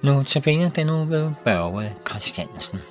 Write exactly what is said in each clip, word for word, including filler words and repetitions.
Nu tilbage den nu ved Børge Christiansen.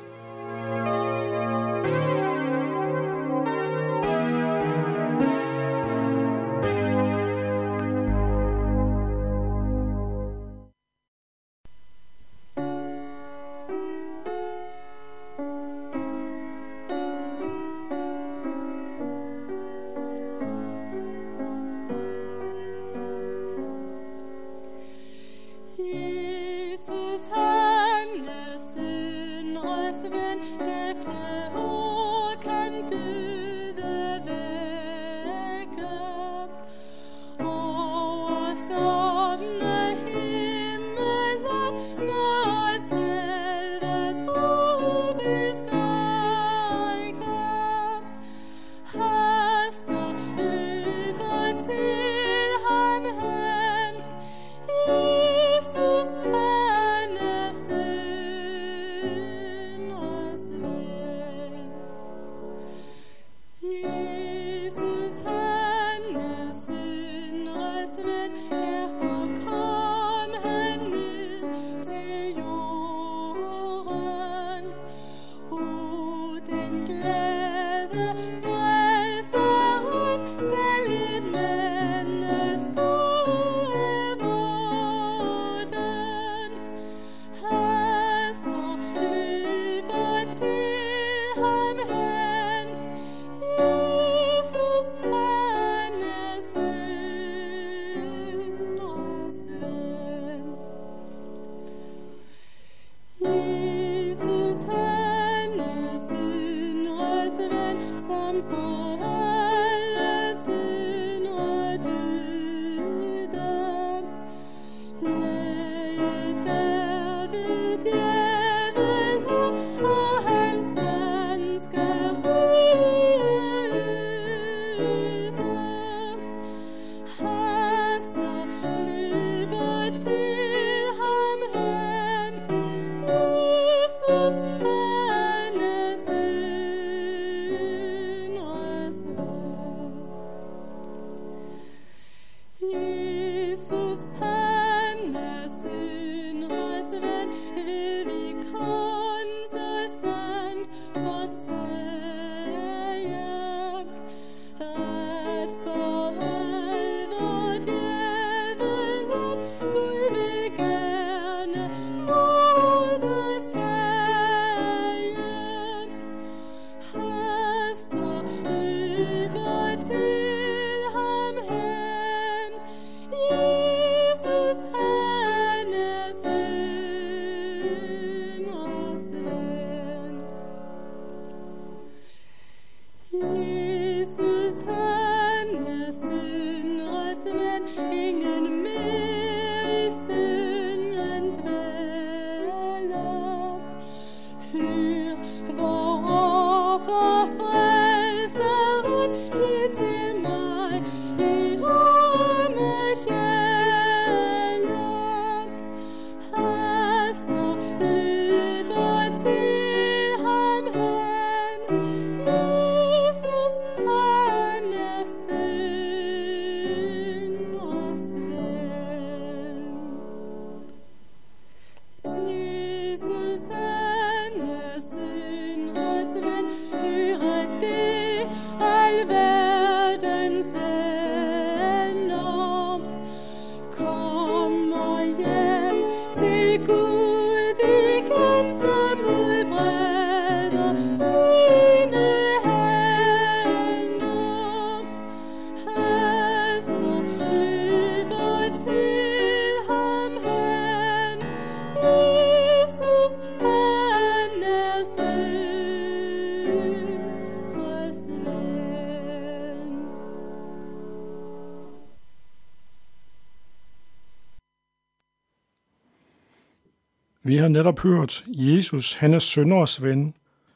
Vi har netop hørt, Jesus, han er synderes ven.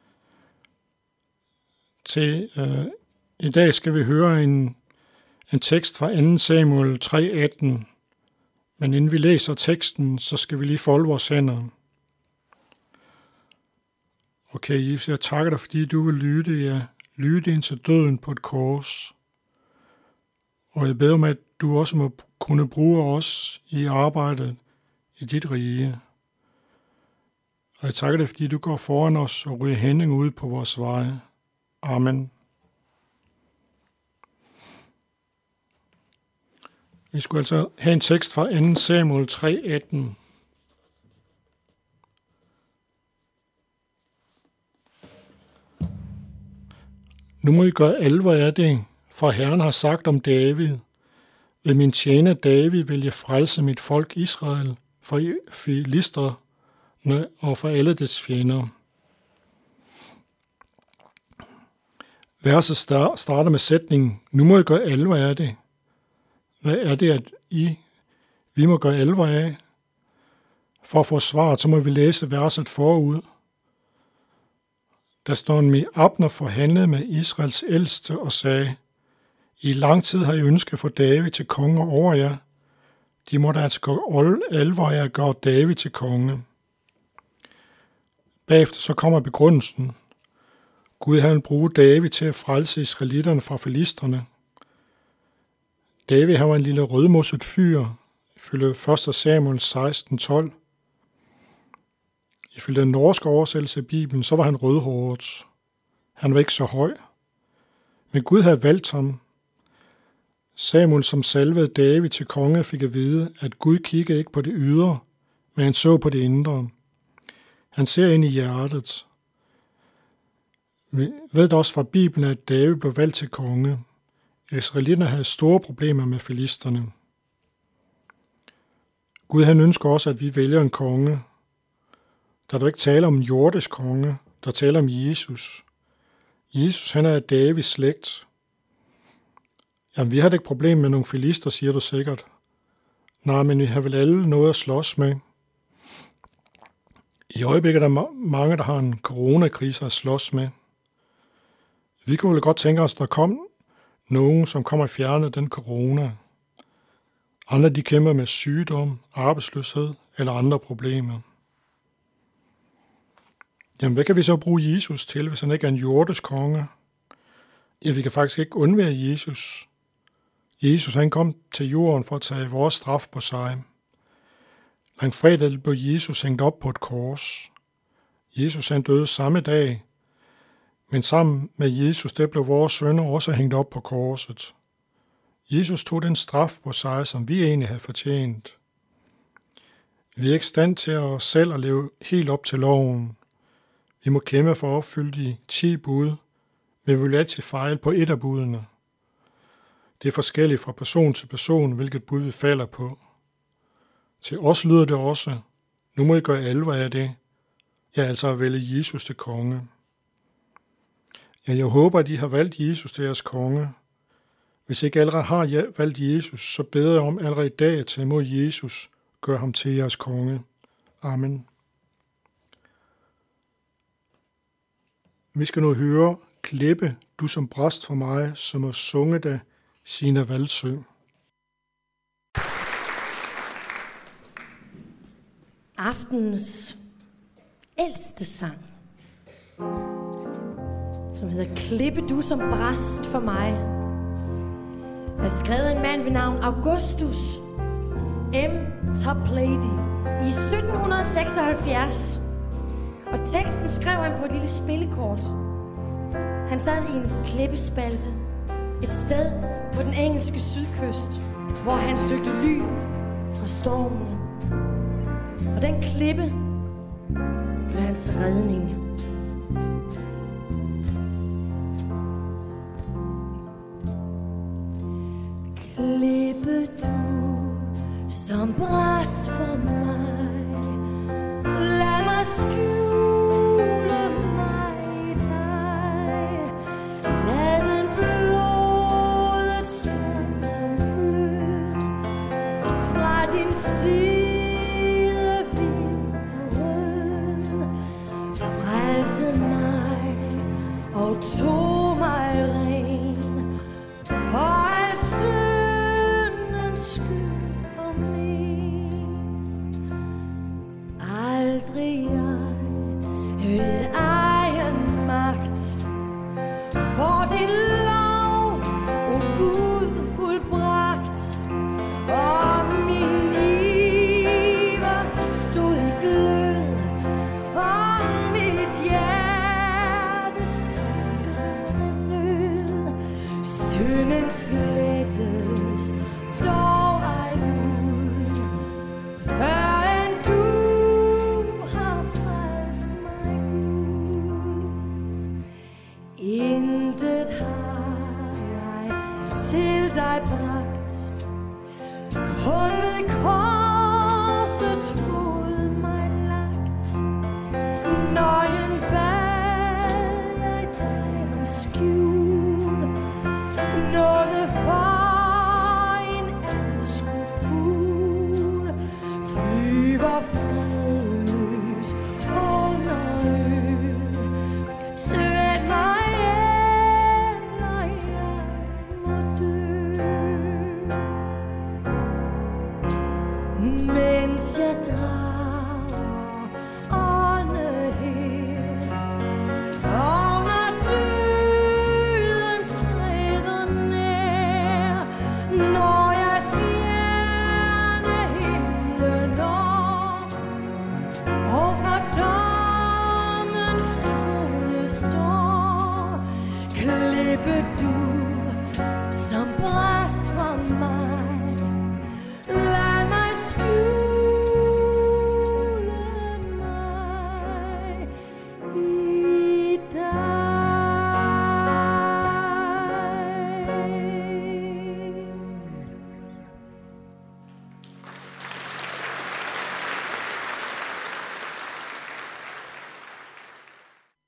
Til øh, i dag skal vi høre en, en tekst fra anden Samuel tre atten. Men inden vi læser teksten, så skal vi lige folde vores hænder. Okay, Jesus, jeg takker dig, fordi du vil lytte, ja, lytte ind til døden på et kors. Og jeg beder om, at du også må kunne bruge os i arbejdet i dit rige. Og jeg takker dig, fordi du går foran os og ryger hænding ud på vores veje. Amen. Vi skulle altså have en tekst fra anden Samuel tre atten. Nu må I gøre alvor af det, for Herren har sagt om David: ved min tjener David vil jeg frelse mit folk Israel fra filisterne og fra alle dets fjender. Verset starter med sætningen: nu må I gøre alvor af det. Hvad er det, at I, vi må gøre alvor af? For at få svaret, så må vi læse verset forud. Der står en Abner forhandlede med Israels ældste og sagde: i lang tid har I ønsket for David til konge over jer. De må da altså gøre alvor af at gøre David til konge. Bagefter så kommer begrundelsen. Gud han vil bruge David til at frelse israelitterne fra filisterne. David han var en lille rødmosset fyr, ifølge første Samuel seksten tolv. Ifølge den norske oversættelse af Bibelen, så var han rødhåret. Han var ikke så høj. Men Gud havde valgt ham. Samuel, som salvede David til konge, fik at vide, at Gud kiggede ikke på det ydre, men han så på det indre. Han ser ind i hjertet. Vi ved da også fra Bibelen, at David blev valgt til konge. Israelitterne havde store problemer med filisterne. Gud han ønsker også, at vi vælger en konge. Der er dog ikke tale om en jordisk konge, der taler om Jesus. Jesus han er af Davids slægt. Jamen, vi har da ikke problem med nogle filister, siger du sikkert. Nej, men vi har vel alle noget at slås med. I øjeblikket er der mange, der har en coronakrise at slås med. Vi kunne vel godt tænke os, at der kom nogen, som kommer at fjerne den corona. Andre de kæmper med sygdom, arbejdsløshed eller andre problemer. Jamen, hvad kan vi så bruge Jesus til, hvis han ikke er en jordisk konge? Ja, vi kan faktisk ikke undvære Jesus. Jesus han kom til jorden for at tage vores straf på sig. Langfredag blev Jesus hængt op på et kors. Jesus han døde samme dag, men sammen med Jesus der blev vores synder også hængt op på korset. Jesus tog den straf på sig, som vi egentlig havde fortjent. Vi er ikke i stand til os selv at leve helt op til loven. Vi må kæmpe for at opfylde de ti bud, men vi vil altid fejle på et af budene. Det er forskelligt fra person til person, hvilket bud vi falder på. Til os lyder det også: nu må I gøre alvor af det. Ja, altså at vælge Jesus til konge. Ja, jeg håber, at I har valgt Jesus til jeres konge. Hvis I ikke allerede har valgt Jesus, så beder jeg om allerede i dag at tage imod Jesus, gør ham til jeres konge. Amen. Vi skal nu høre Klippe, du som brast for mig, som har sunget af Sina Valsø. Aftenens ældste sang, som hedder Klippe, du som brast for mig, er skrevet af en mand ved navn Augustus M. Toplady i sytten seksoghalvfjerds. Og teksten skrev han på et lille spillekort. Han sad i en klippespalte et sted på den engelske sydkyst, hvor han søgte ly fra stormen. Og den klippe blev hans redning. Klippe du, som brast for mig, lad mig skjule mig i dig. Lad den blodet strøm som flød fra din side vild og rød. Frelse mig og tog mig ren for al syndens skyld og min. Aldrig jeg ved egen magt for din lov, o Gud fuldbragt, og min iver stod i glød, og den slettes dog ej ud, førend du har frelst mig, Gud. Intet har jeg til dig bragt, kun ved korsets fod mig lagt. Nøgen bad jeg dig om skjul, nåde for en anskudt fugl, flyver fredløs under øen. Svæt mig ihjel, når jeg må dø. Mens jeg drager ånde her, og når døden træder nær, når jeg fjerne himlen om, og fra dommens trone står, klippe du